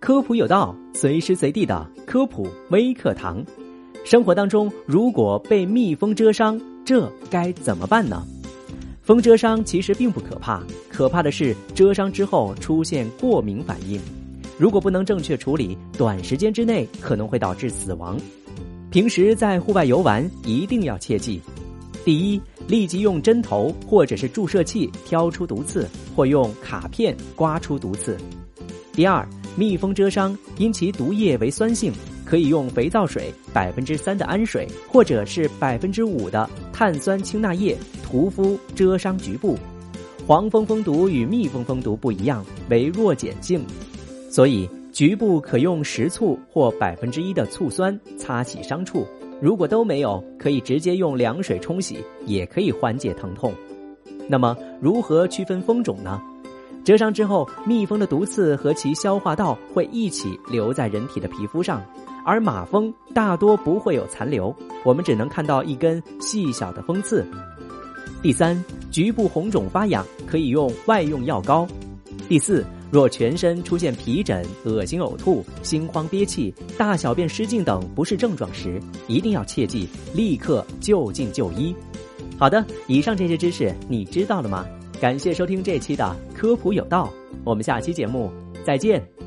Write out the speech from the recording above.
科普有道，随时随地的科普微课堂。生活当中如果被蜜蜂蛰伤，这该怎么办呢？蜂蛰伤其实并不可怕，可怕的是蛰伤之后出现过敏反应，如果不能正确处理，短时间之内可能会导致死亡。平时在户外游玩一定要切记：第一，立即用针头或者是注射器挑出毒刺，或用卡片刮出毒刺。第二，蜜蜂蛰伤因其毒液为酸性，可以用肥皂水3%的氨水或者是5%的碳酸氢钠液涂敷蛰伤局部。黄蜂蜂毒与蜜蜂蜂毒不一样，为弱碱性，所以局部可用食醋或1%的醋酸擦洗伤处，如果都没有，可以直接用凉水冲洗，也可以缓解疼痛。那么如何区分蜂种呢？蛰伤之后，蜜蜂的毒刺和其消化道会一起留在人体的皮肤上，而马蜂大多不会有残留，我们只能看到一根细小的蜂刺。第三，局部红肿发痒，可以用外用药膏。第四，若全身出现皮疹、恶心呕吐、心慌憋气、大小便失禁等不适症状时，一定要切记立刻就近就医。好的，以上这些知识你知道了吗？感谢收听这期的科普有道，我们下期节目再见。